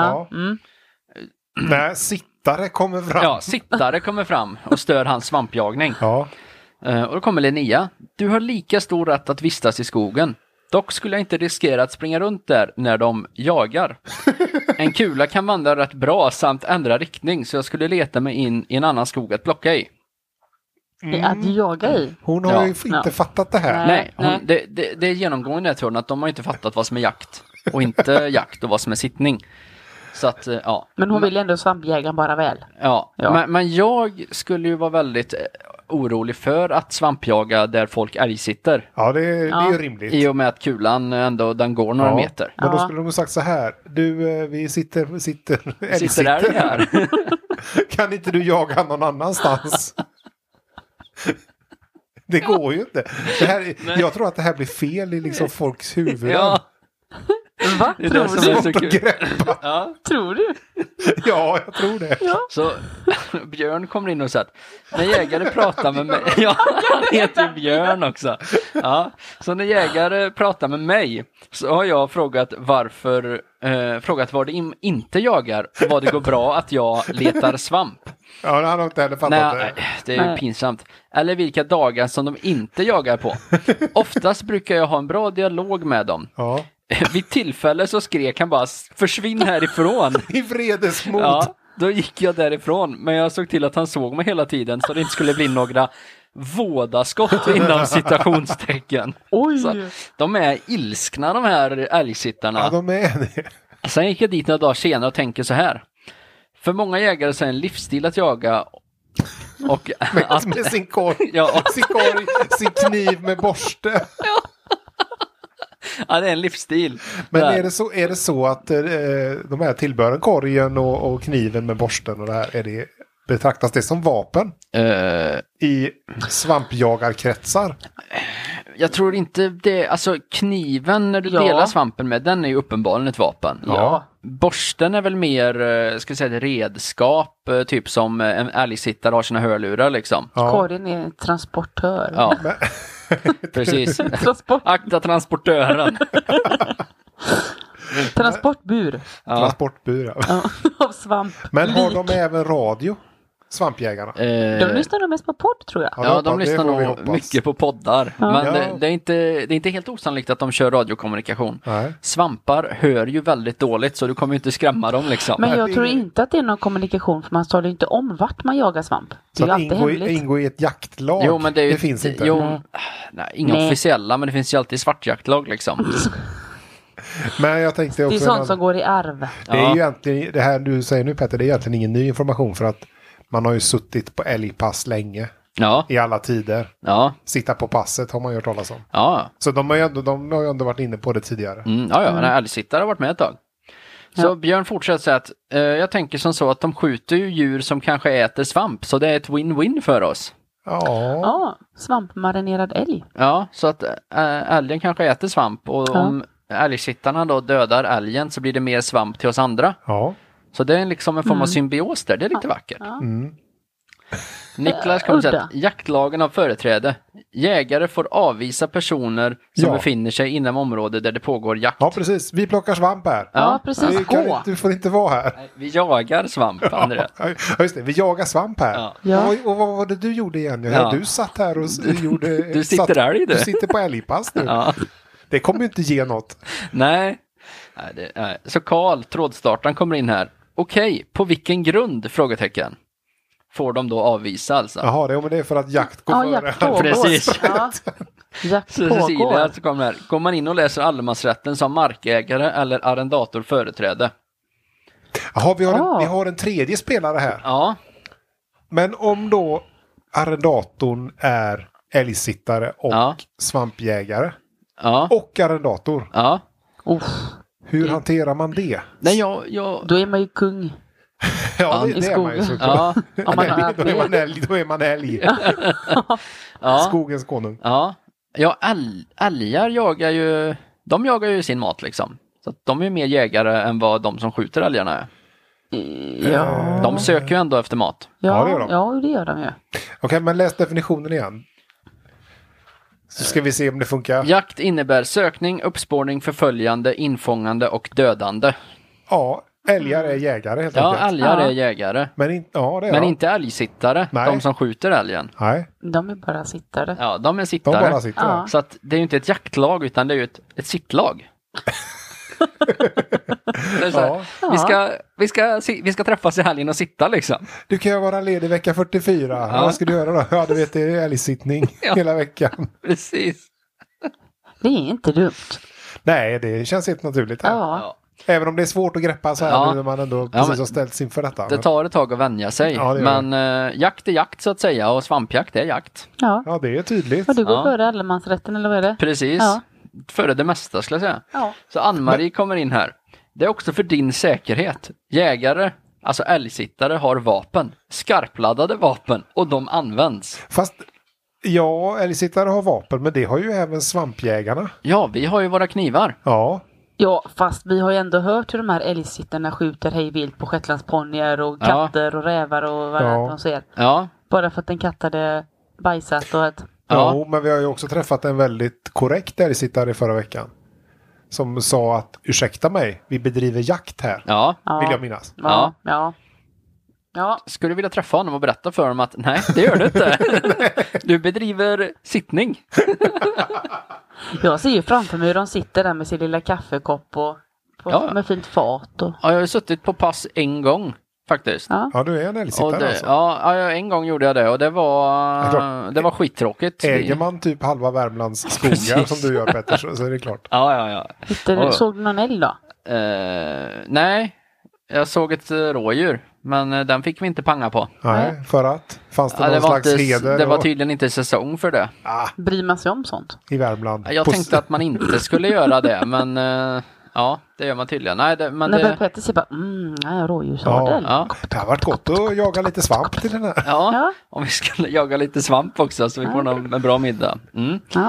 Nej, sittare kommer fram. Ja, sittare kommer fram och stör hans svampjagning. Och då kommer Linnea. Du har lika stor rätt att vistas i skogen. Dock skulle jag inte riskera att springa runt där när de jagar. En kula kan vandra rätt bra samt ändra riktning, så jag skulle leta mig in i en annan skog att plocka i. Att jaga i? Hon har ju inte fattat det här. Nej. Det är genomgående, jag tror, att de har inte fattat vad som är jakt och inte jakt och vad som är sittning. Så att, Men hon vill ändå svampjägaren bara väl. Men jag skulle ju vara väldigt orolig för att svampjaga där folk älgsitter. Ja, det är ju rimligt. I och med att kulan ändå, den går några meter. Men då skulle de ha sagt så här: du, vi sitter där här. Kan inte du jaga någon annanstans? Det går ju inte. Jag tror att det här blir fel i liksom folks huvuden. Va? Det är det som är så kul. Tror du? Ja, jag tror det. Så Björn kommer in och säger att när jägare pratar med mig... Ja, han heter Björn också. Ja, så när jägare pratar med mig så har jag frågat frågat vad det inte jagar och vad det går bra att jag letar svamp. Ja, han har inte heller fattat det. Det är ju pinsamt. Eller vilka dagar som de inte jagar på. Oftast brukar jag ha en bra dialog med dem. Ja. Vid tillfälle så skrek han bara försvinn härifrån. I vredesmod. Ja, då gick jag därifrån. Men jag såg till att han såg mig hela tiden så det inte skulle bli några vådaskott inom citationstecken. Oj. Så de är ilskna, de här älgsittarna. Ja, de är det. Sen gick jag dit några dagar senare och tänker så här. För många jägare så är en livsstil att jaga och med sin korg, sin kniv med borste. Ja, det är en livsstil. Men är det så att de här tillbehören, korgen och kniven med borsten och det här, betraktas det som vapen i svampjagarkretsar? jag tror inte det, alltså kniven när du delar svampen med, den är ju uppenbarligen ett vapen. Ja. Borsten är väl mer, ska jag säga, ett redskap, typ som en älgsittare har sina hörlurar liksom. Ja. Karin är transportör. Ja, precis. Akta transportören. Transportbur. Transportbur. Ja. Av svamp. Men har de även radio? Svampjägarna? De lyssnar nog mest på podd, tror jag. Ja, de lyssnar nog mycket på poddar. Ja. Men det är inte helt osannolikt att de kör radiokommunikation. Nej. Svampar hör ju väldigt dåligt, så du kommer ju inte skrämma dem liksom. Men jag tror inte att det är någon kommunikation, för man talar ju inte om vart man jagar svamp. Det är ju alltid hemligt. Ingå i ett jaktlag, Jo, men det finns inte. Jo, inga officiella, men det finns ju alltid svartjaktlag liksom. Men jag tänkte också... Det är sånt som går i arv. Det är ju egentligen, det här du säger nu Petter, det är egentligen ingen ny information, för att man har ju suttit på älgpass länge. Ja. I alla tider. Ja. Sitta på passet har man ju hört talas om. Ja. Så de har ju ändå varit inne på det tidigare. Men älgsittare har varit med ett tag. Så Björn fortsätter säga att jag tänker som så att de skjuter ju djur som kanske äter svamp, så det är ett win-win för oss. Ja, svampmarinerad älg. Ja, så att älgen kanske äter svamp, och om älgsittarna då dödar älgen så blir det mer svamp till oss andra. Ja. Så det är liksom en form av symbios där, det är lite vackert. Ja. Niklas kommer säga att jaktlagen har företräde. Jägare får avvisa personer som befinner sig inom området där det pågår jakt. Ja, precis. Vi plockar svamp här. Ja, precis. Du får inte vara här. Nej, vi jagar svamp, André. Ja, just det. Vi jagar svamp här. Ja. Och vad var det du gjorde igen? Ja. Du satt här och gjorde... Du sitter där i det. Du sitter på älgpass nu. Ja. Det kommer ju inte ge något. Nej. Så Karl, trådstartaren, kommer in här. Okej, på vilken grund? Frågetecken. Får de då avvisa alltså? Jaha, men det är för att jakt går före. Jakt pågår. Precis. Ja. Jakt Så pågår. Cecilia, så kommer här. Går man in och läser allemansrätten som markägare eller arrendator företräde? Jaha, vi har en tredje spelare här. Ja. Men om då arrendatorn är älgsittare och svampjägare och arrendator. Ja. Hur hanterar man det? Nej, Då är man ju kung. Ja, i det är skogen. man ju såklart. Om man har Då är man älg. Skogens konung. Ja, älgar jagar ju... De jagar ju sin mat liksom. Så att de är mer jägare än vad de som skjuter älgarna är. Ja. De söker ju ändå efter mat. Ja, det gör de. Ja, det gör de ju. Okej, men läs definitionen igen. Så ska vi se om det funkar. Jakt innebär sökning, uppspårning, förföljande, infångande och dödande. Ja, älgar är jägare helt enkelt. Ja, älgar är jägare. Men inte älgsittare, de som skjuter älgen. Nej. De är bara sittare. Ja, de är sittare. De bara sitter. Ja. Så att det är ju inte ett jaktlag, utan det är ju ett sittlag. Det är så här, vi ska träffas i helgen och sitta liksom. Du kan ju vara ledig vecka 44. Ja. Vad ska du göra då? Ja, du vet, det är älgsittning hela veckan. Precis. Det är inte dumt. Nej, det känns helt naturligt här. Ja. Även om det är svårt att greppa så här nu när man ändå precis har ställts inför detta. Det tar ett tag att vänja sig. Ja, men jakt är jakt så att säga, och svampjakt är jakt. Ja, det är tydligt. Och du går före allemansrätten, eller vad är det? Precis. Ja. Före det mesta skulle jag säga. Ja. Så Ann-Marie kommer in här. Det är också för din säkerhet. Jägare, alltså älgsittare, har vapen. Skarpladdade vapen, och de används. Fast, älgsittare har vapen, men det har ju även svampjägarna. Ja, vi har ju våra knivar. Ja. Ja, fast vi har ju ändå hört hur de här älgsittarna skjuter hej vilt på shetlandsponnyer och katter och rävar och vad de ser. Ja. Bara för att en katt hade bajsat och ett... Ja, men vi har ju också träffat en väldigt korrekt älgsittare förra veckan. Som sa att, ursäkta mig, vi bedriver jakt här. Ja. Vill jag minnas. Ja. Skulle du vilja träffa honom och berätta för honom att nej, det gör du inte. Du bedriver sittning. Jag ser ju framför mig hur de sitter där med sin lilla kaffekopp och med fint fat. Och... Ja, jag har suttit på pass en gång faktiskt. Ja, du är en älgsittare alltså. Ja, en gång gjorde jag det, och det var skittråkigt. Äger man typ halva Värmlands skogar som du gör, Petter, så är det klart. Ja. Såg du någon älg då? Nej, jag såg ett rådjur, men den fick vi inte panga på. Nej, för att? Fanns det någon slags heder? Det var tydligen inte säsong för det. Bryr man sig om sånt? I Värmland. Jag tänkte att man inte skulle göra det, men det gör man tydligen. När Petter säger bara, rådjursadel. Det har varit gott att jaga lite svamp till den här. Ja, om vi ska jaga lite svamp också, så vi får en bra middag. Ja.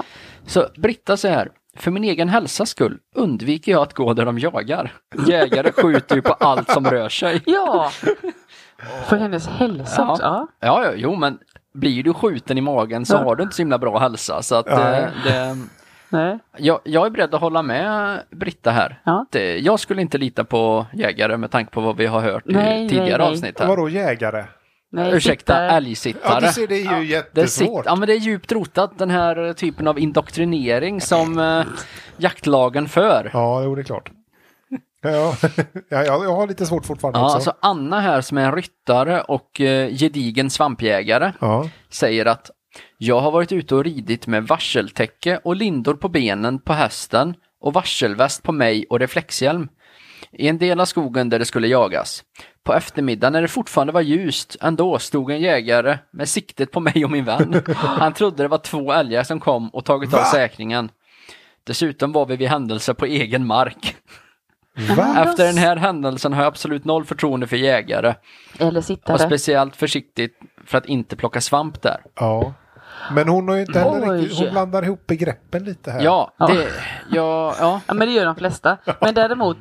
Så Britta säger här, för min egen hälsas skull undviker jag att gå där de jagar. Jägare skjuter ju på allt som rör sig. Ja, för hennes hälsa också. Ja. Ja, jo, men blir du skjuten i magen så har du inte så himla bra hälsa. Så att Nej. jag är beredd att hålla med Britta här. Ja. Jag skulle inte lita på jägare med tanke på vad vi har hört i tidigare avsnitt här. Vadå jägare? Nej, Ursäkta, älgsittare. Ja, du ser, det är ju jättesvårt. Men det är djupt rotat, den här typen av indoktrinering som jaktlagen för. Ja, det är klart. Ja, jag har lite svårt fortfarande också. Alltså Anna här som är en ryttare och gedigen svampjägare säger att jag har varit ute och ridit med varseltäcke och lindor på benen på hästen och varselväst på mig och reflexhjälm i en del av skogen där det skulle jagas. På eftermiddagen när det fortfarande var ljust ändå stod en jägare med siktet på mig och min vän. Han trodde det var 2 älgar som kom och tagit av säkringen. Dessutom var vi vid händelse på egen mark. Efter den här händelsen har jag absolut 0 förtroende för jägare. Eller sittare. Och speciellt försiktigt för att inte plocka svamp där. Ja. Men hon har ju inte heller riktigt, hon blandar ihop begreppen lite här. Ja, men det gör de flesta. Men däremot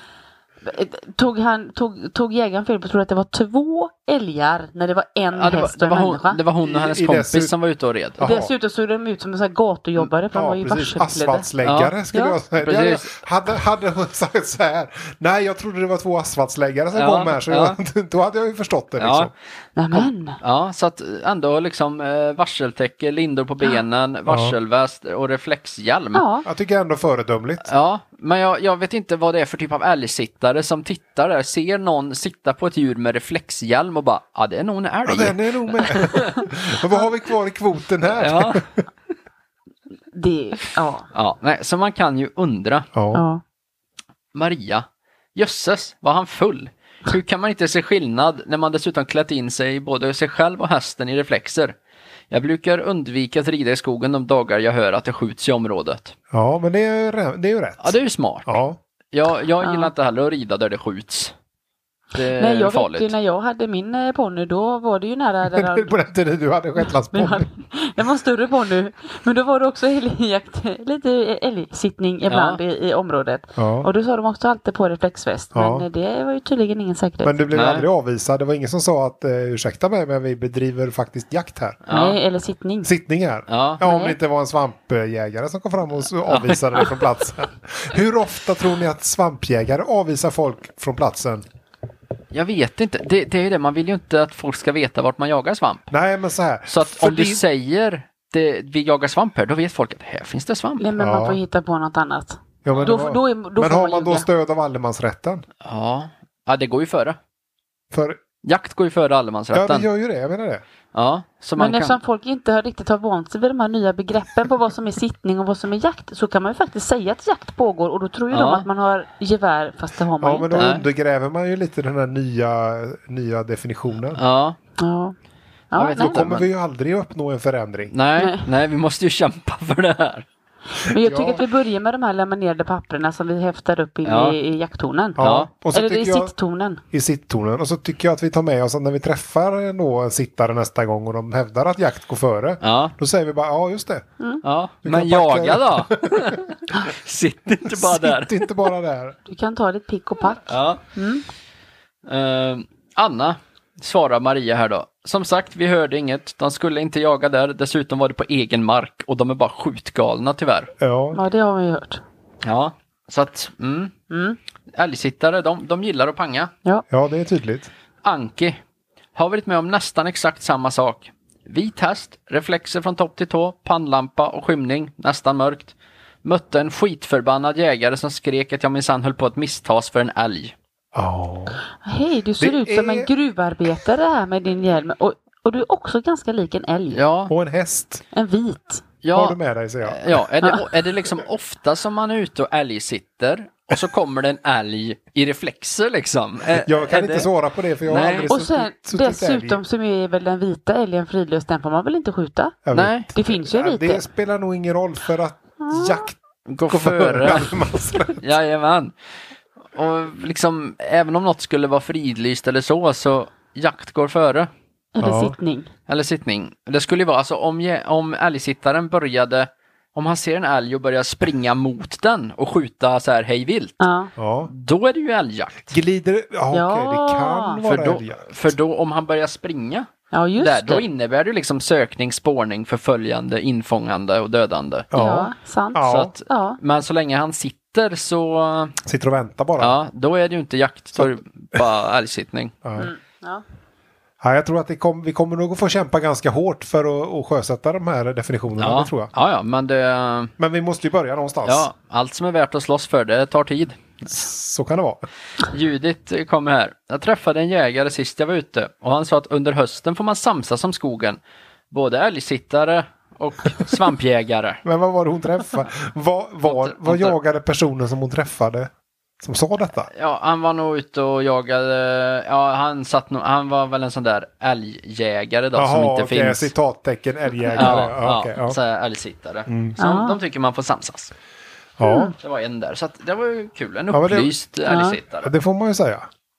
tog jägaren fel på, tror att det var 2 älgar när det var en häst och en människa. Det var hon och hennes kompis som var ute och red. Dessutom såg de ut som en sån här gatujobbare, för de var ju asfaltsläggare skulle jag säga. Hade hon sagt så här, nej jag trodde det var 2 asfaltsläggare som kom här, så då hade jag ju förstått det liksom. Ja, så att ändå liksom varseltäcke, lindor på benen, varselväst och reflexhjälm. Ja. Jag tycker ändå föredömligt. Ja, men jag vet inte vad det är för typ av älgsittare som tittar där, ser någon sitta på ett djur med reflexhjälm och bara, det är nog en älg. Ja, den är nog med. Men vad har vi kvar i kvoten här? Ja. Nej, så man kan ju undra. Ja. Maria, jösses, var han full? Hur kan man inte se skillnad när man dessutom klätt in sig både sig själv och hästen i reflexer? Jag brukar undvika att rida i skogen de dagar jag hör att det skjuts i området. Ja, men det är ju rätt. Ja, det är ju smart. Ja. Jag gillar inte heller att rida där det skjuts. Nej, jag vet ju när jag hade min ponny, då var det ju nära där på den tiden du hade shetlandsponny. Det var en större ponny, men då var det också lite älgsittning ibland i området. Ja. Och då sa de också alltid på reflexväst, men det var ju tydligen ingen säkerhet. Men du blev aldrig avvisad, det var ingen som sa att ursäkta mig, men vi bedriver faktiskt jakt här. Nej, eller sittning. Sittning här. Ja, om det inte var en svampjägare som kom fram och avvisade dig från platsen. Hur ofta tror ni att svampjägare avvisar folk från platsen? Jag vet inte. Det är ju det. Man vill ju inte att folk ska veta vart man jagar svamp. Nej, men så här. Så att om du säger vi jagar svamp här, då vet folk att här finns det svamp. Nej, men man får hitta på något annat. Ja, men har man då stöd av allemansrätten? Ja, det går ju före. Jakt går ju före allemansrätten. Ja, det gör ju det. Jag menar det. Ja, så men eftersom folk inte riktigt har vant sig vid de här nya begreppen på vad som är sittning och vad som är jakt, så kan man ju faktiskt säga att jakt pågår, och då tror ju de att man har gevär, fast det har man inte. Ja, men då undergräver man ju lite den här nya definitionen. Ja. Då kommer vi ju aldrig att uppnå en förändring. Nej, vi måste ju kämpa för det här. Men jag tycker att vi börjar med de här laminerade papperna som vi häftar upp i jakttornen. Ja. Eller i sitttornen. I sitttornen. Och så tycker jag att vi tar med oss att när vi träffar en sittare nästa gång och de hävdar att jakt går före. Ja. Då säger vi bara, just det. Ja, men jaga då. Sitt inte bara där. Sitt inte bara där. Du kan ta ditt pick och pack. Ja. Anna svarar Maria här då. Som sagt, vi hörde inget. De skulle inte jaga där. Dessutom var det på egen mark. Och de är bara skjutgalna tyvärr. Ja, det har vi hört. Ja, så att älgsittare, de gillar att panga. Ja, det är tydligt. Anki har varit med om nästan exakt samma sak. Vit häst, reflexer från topp till tå, pannlampa och skymning, nästan mörkt. Mötte en skitförbannad jägare som skrek att jag minsann höll på att misstas för en älg. Hej, du ser ut som en gruvarbetare här med din hjälm. Och du är också ganska lik en älg. Ja. Och en häst. En vit. Har du med dig, säger jag. Ja, är det liksom ofta som man är ute och älgsitter och så kommer det en älg i reflexer liksom? Jag kan inte svara på det, för jag har aldrig och sen dessutom så är väl den vita älgen fridlös, den får man väl inte skjuta? Nej. Det finns ju lite. Det spelar nog ingen roll, för att jakt går före. Jajamän. Och liksom, även om något skulle vara fridlyst eller så jakt går före. Eller sittning. Eller sittning. Det skulle ju vara, alltså om älgsittaren började om han ser en älg och börjar springa mot den och skjuta så här hej vilt, Ja. då är det ju älgjakt. Glider... Ja, okej, det kan vara älgjakt. För då om han börjar springa, då innebär det liksom sökning, spårning, förföljande, infångande och dödande. Ja, sant. Så att, men så länge han sitter så... Sitter och väntar bara. Ja, då är det ju inte jakt, då är det bara älgsittning. Ja, jag tror att vi kommer nog att få kämpa ganska hårt för att sjösätta de här definitionerna, det tror jag. Ja, men vi måste ju börja någonstans. Ja, allt som är värt att slåss för, det tar tid. Så kan det vara. Judith kommer här. Jag träffade en jägare sist jag var ute och han sa att under hösten får man samsas om skogen. Både älgsittare och svampjägare. Men vad var det hon träffade? Vad jagade personen som hon träffade som sa detta? Ja, han var nog ute och jagade. Ja, han var väl en sån där älgjägare då. Jaha, som inte finns. Citattecken älgjägare. Så älgsittare. Så de tycker man får samsas. Ja. Det var en där. Så att det var ju kul. En upplyst älgsittare. Det får man ju säga.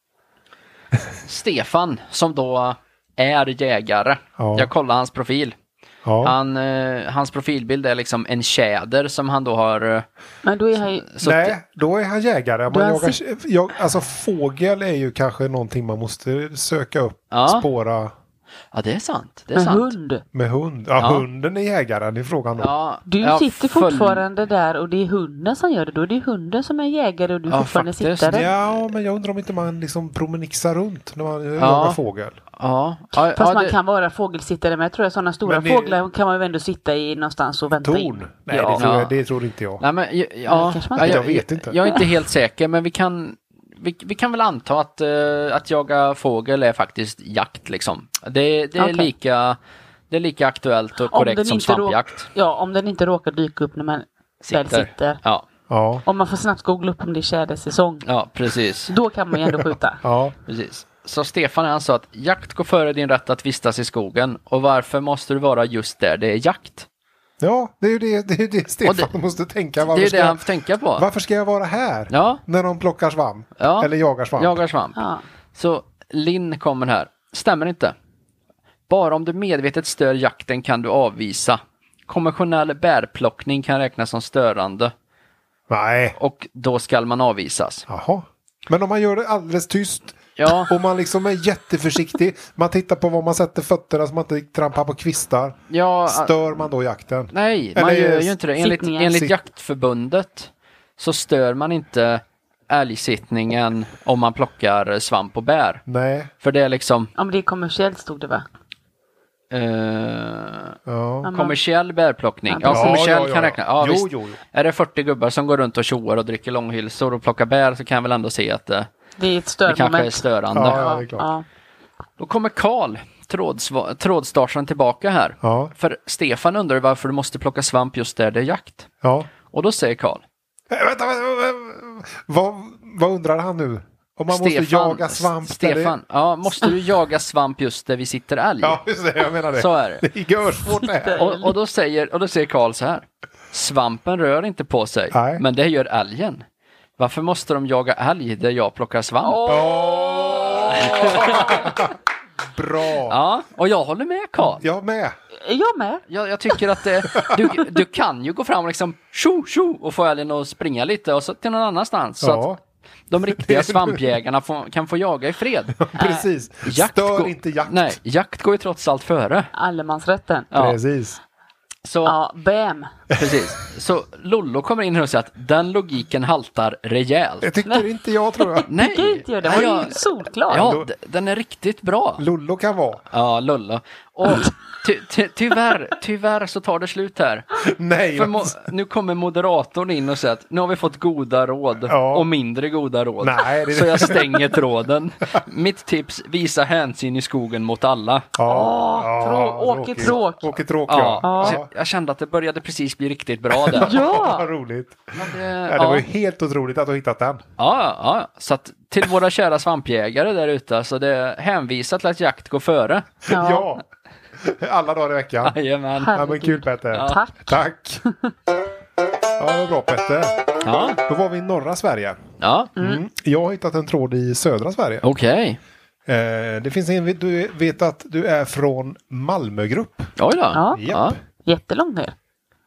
Stefan, som då är jägare. Ja. Jag kollade hans profil. Ja. Hans profilbild är liksom en tjäder som han då har... Men då är han ju... Nej, då är han jägare. Alltså fågel är ju kanske någonting man måste söka upp, spåra... Ja, det är sant. Hund. Med hund. Ja, hunden är jägaren i frågan då. Ja, du sitter fortfarande där och det är hunden som gör det. Då är det hunden som är jägare och du fortfarande sitter där. Ja, men jag undrar om inte man liksom promenixar runt när man jagar fågel. Ja. Fast man kan vara fågelsittare, men jag tror att sådana stora fåglar kan man ju ändå sitta i någonstans och vänta in. Nej, det tror inte jag. Nej, men, jag vet inte. Jag är inte helt säker, men vi kan väl anta att jaga fågel är faktiskt jakt liksom. Det är lika aktuellt och korrekt som svampjakt. Om den inte råkar dyka upp när man väl sitter. Ja. Om man får snabbt googla upp om det är tjädersäsong. Ja, precis. Då kan man ju ändå skjuta. Ja, precis. Så Stefan han sa att jakt går före din rätt att vistas i skogen. Och varför måste du vara just där det är jakt? Ja, det är ju det Stefan måste tänka. Det är det han får tänka på. Varför ska jag vara här när de plockar svamp? Eller jagar svamp? Ja. Så Linn kommer här. Stämmer inte. Bara om du medvetet stör jakten kan du avvisa. Konventionell bärplockning kan räknas som störande. Nej. Och då ska man avvisas. Jaha. Men om man gör det alldeles tyst och man liksom är jätteförsiktig, man tittar på var man sätter fötterna så man inte trampar på kvistar, stör man då jakten? Nej, man gör ju inte det. Enligt jaktförbundet så stör man inte älgsittningen om man plockar svamp och bär. Nej. För det är liksom... Om det är kommersiellt stod det va? Kommersiell bärplockning. Kommersiell kan räkna. Ja, visst. Är det 40 gubbar som går runt och tjoar och dricker långhylsor och plockar bär så kan jag väl ändå se att det är ett störmoment. Det kanske är störande. Ja, det är klart. Då kommer Karl, trådstarsen, tillbaka här. Ja. För Stefan undrar varför du måste plocka svamp just där det är jakt. Ja. Och då säger Karl. Vänta. Vad undrar han nu? Om man måste jaga svamp. Stefan, måste du jaga svamp just där vi sitter älg? Ja, just det, jag menar det. Så är det. Det gör svårt det här. Och då säger Karl så här. Svampen rör inte på sig, men det gör älgen. Varför måste de jaga älg där jag plockar svamp? Bra. Ja, och jag håller med Karl. Jag med. Jag tycker att du kan ju gå fram och liksom tjo och få älgen att springa lite och så till någon annanstans. Så att de riktiga svampjägarna kan få jaga i fred. Precis. Stör inte jakt. Nej, jakt går ju trots allt före. Allemansrätten. Ja. Precis. Så, bam. Precis. Så Lollo kommer in här och säger att den logiken haltar rejält. Jag tycker inte jag, tror jag. Nej. Tycker inte jag. Det var ju solklart. Ja, den är riktigt bra. Lollo kan vara. Ja, Lollo. Och tyvärr så tar det slut här. Nej. För nu kommer moderatorn in och säger att nu har vi fått goda råd och mindre goda råd. Nej, så jag stänger tråden. Mitt tips, visa hänsyn i skogen mot alla. Åke tråk. Så jag kände att det började precis bli riktigt bra där. Vad roligt. Det var ju helt otroligt att du hittat den. Ja. Så att till våra kära svampjägare där ute, så det hänvisar till att jakt går före. Ja. Alla dagar i veckan. Jajamän. Ja, men kul Petter. Tack. Ja, det var bra Petter. Ja. Då var vi i norra Sverige. Ja. Jag har hittat en tråd i södra Sverige. Okej. Det finns du vet att du är från Malmögrupp. Oj då. Ja. Jättelångt ner.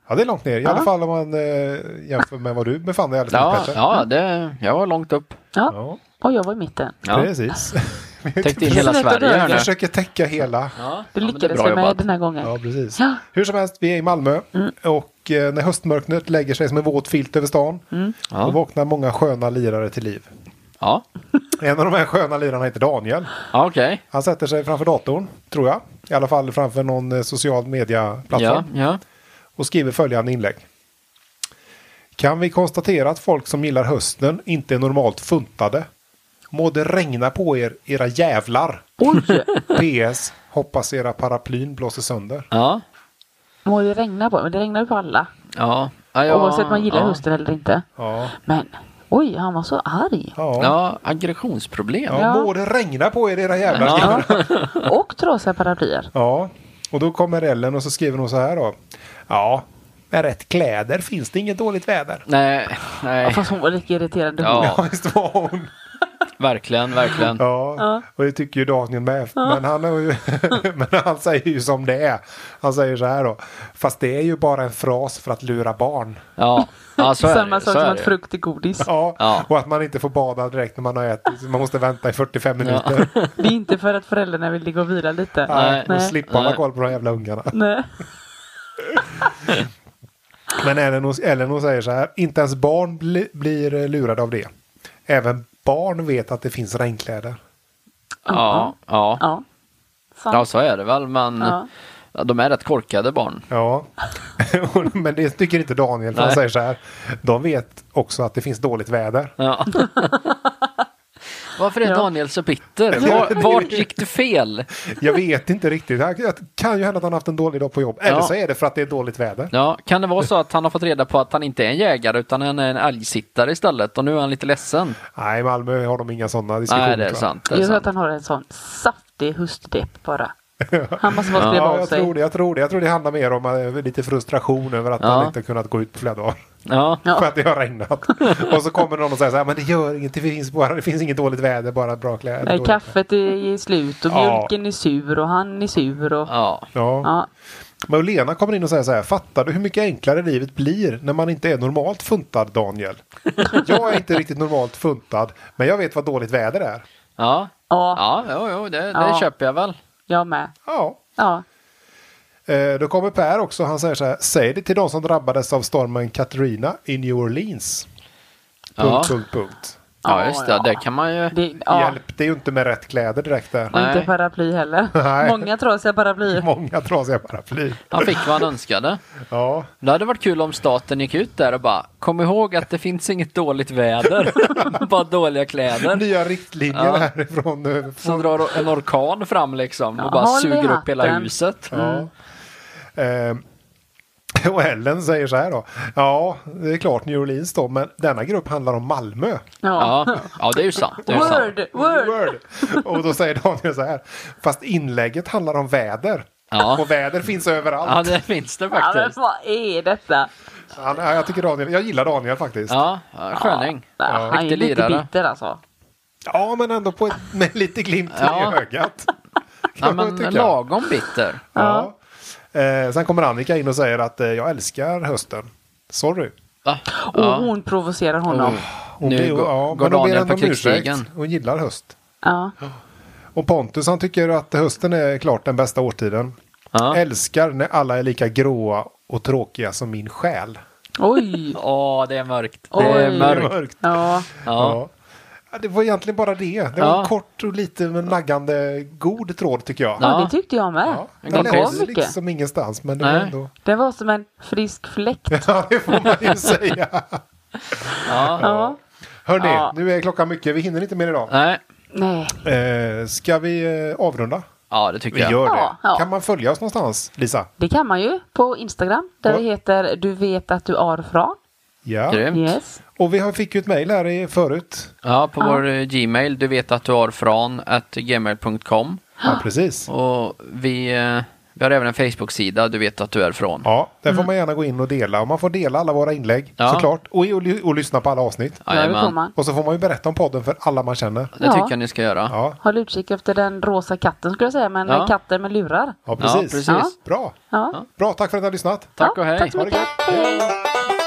Ja, det är långt ner. I alla fall om man jämför med vad du befann dig i. Jag var långt upp. Ja. Och jag var i mitten. Ja. Precis. Täckte in hela Sverige här Jag nu. försöker täcka hela. Ja, Det men lyckades det är bra jag med jobbat. den här gången. Ja, precis. Ja. Hur som helst, vi är i Malmö. Och när höstmörknet lägger sig som en våt filt över stan. Då vaknar många sköna lirare till liv. Ja, En av de här sköna lirarna heter Daniel. ja okej. Han sätter sig framför datorn, tror jag. I alla fall framför någon social media-plattform. Ja. Och skriver följande inlägg. Kan vi konstatera att folk som gillar hösten inte är normalt funtade? Må det regna på er, era jävlar. Oj! PS. Hoppas era paraplyn blåser sönder. Ja. Må det regna på, men det regnar ju på alla. Ja. Oavsett om man gillar hösten eller inte. Ja. Men, oj, han var så arg. Ja. Ja, aggressionsproblem. Ja, må det regna på er, era jävlar. Ja. Och trasiga paraplyer. Ja. Och då kommer Ellen och så skriver hon så här då. Ja, med rätt kläder finns det inget dåligt väder. Nej. Ja, fast hon var lika irriterande. Ja. Ja, visst var hon. Verkligen. Ja, och det tycker ju Daniel med. Men han säger ju som det är. Han säger så här då. Fast det är ju bara en fras för att lura barn. Ja, så är Samma det. sak Så som är att det. frukt är godis. Ja, och att man inte får bada direkt när man har ätit. Man måste vänta i 45 minuter. Det är inte för att föräldrarna vill ligga och vila lite. Nej, och Nej. slippa hålla koll på de jävla ungarna. Nej. Men Ellen säger så här. Inte ens barn blir lurade av det. Även barn vet att det finns regnkläder. Ja. Ja. Ja, så är det väl. Men de är rätt korkade barn. Ja, men det tycker inte Daniel. För han säger så här. De vet också att det finns dåligt väder. Ja. Varför är Daniel så bitter? Vart gick det fel? Jag vet inte riktigt. Det kan ju hända att han haft en dålig dag på jobb. Eller så är det för att det är dåligt väder. Ja, kan det vara så att han har fått reda på att han inte är en jägare utan han är en älgsittare istället och nu är han lite ledsen? Nej, i Malmö har de inga sådana diskussioner. Nej, det är sant. Jag tror att han har en sån saftig höstdepp bara. Han måste bara skriva av sig. Jag tror det handlar mer om lite frustration över att han inte kunnat gå ut på flera dagar. Ja. För att det har regnat. Och så kommer någon och säger så här, men det gör inget, det finns inget dåligt väder, bara bra kläder. Nej, kaffet är slut och mjölken är sur och han är sur. Och... Ja. Men Lena kommer in och säger så här, fattar du hur mycket enklare livet blir när man inte är normalt funtad, Daniel? Jag är inte riktigt normalt funtad, men jag vet vad dåligt väder är. Det köper jag väl. Jag med. Ja. Då kommer Per också, han säger så här, säg det till de som drabbades av stormen Katrina i New Orleans. Punkt. Ja, just det. Det kan man ju... Hjälpte ju inte med rätt kläder direkt där. Och inte paraply heller. Nej. Många trasiga paraplyer. Många trasiga paraply. Han fick vad han önskade. Ja. Det hade varit kul om staten gick ut där och bara, kom ihåg att det finns inget dåligt väder. Bara dåliga kläder. Nya riktlinjer härifrån. Så drar en orkan fram liksom och bara suger upp hela huset. Och Ellen säger så här då. Ja, det är klart New Orleans då, men denna grupp handlar om Malmö. Ja, det är ju sant. Det är Word. Och då säger Daniel så här. Fast inlägget handlar om väder. Ja. Och väder finns överallt. Ja, det finns det Ja, men faktiskt. vad är detta? Jag gillar Daniel faktiskt. Ja, sköning. Han är Riktig lite lirare. bitter alltså. Ja, men ändå med lite glimt i ögat. Ja, men lagom bitter. Ja. Sen kommer Annika in och säger att jag älskar hösten. Sorry. Och hon provocerar honom. Nu går Daniel på krigsstigen. Hon gillar höst. Ja. Och Pontus han tycker att hösten är klart den bästa årstiden. Ja. Älskar när alla är lika gråa och tråkiga som min själ. Oj. Det är mörkt. Oj. Det är mörkt. Ja. Ja, det var egentligen bara det. Det var en kort och lite naggande god tråd tycker jag. Ja, det tyckte jag med. Ja, Det den var lät mycket. liksom ingenstans, men det var ändå... Det var som en frisk fläkt. Ja, det får man ju säga. Ja. Hörrni, nu är klockan mycket. Vi hinner inte mer idag. Nej. Ska vi avrunda? Ja, det tycker Vi jag. gör det. Ja. Kan man följa oss någonstans, Lisa? Det kan man ju på Instagram. Där vi heter Du vet att du är från. Ja. Grymt. Yes. Och vi fick ju ett mejl här förut. Ja, på vår Gmail. Du vet att du har från @gmail.com. Ja, precis. Och vi Vi har även en Facebook-sida, du vet att du är från. Ja, där får man gärna gå in och dela. Och man får dela alla våra inlägg, såklart. Och lyssna på alla avsnitt. Ja, det får man. Och så får man ju berätta om podden för alla man känner. Det tycker jag ni ska göra. Ja. Håll utkik efter den rosa katten skulle jag säga, men katten med lurar. Ja, precis. Ja, precis. Bra. Ja. Bra, tack för att ni har lyssnat. Tack och hej. Tack så mycket. Hej.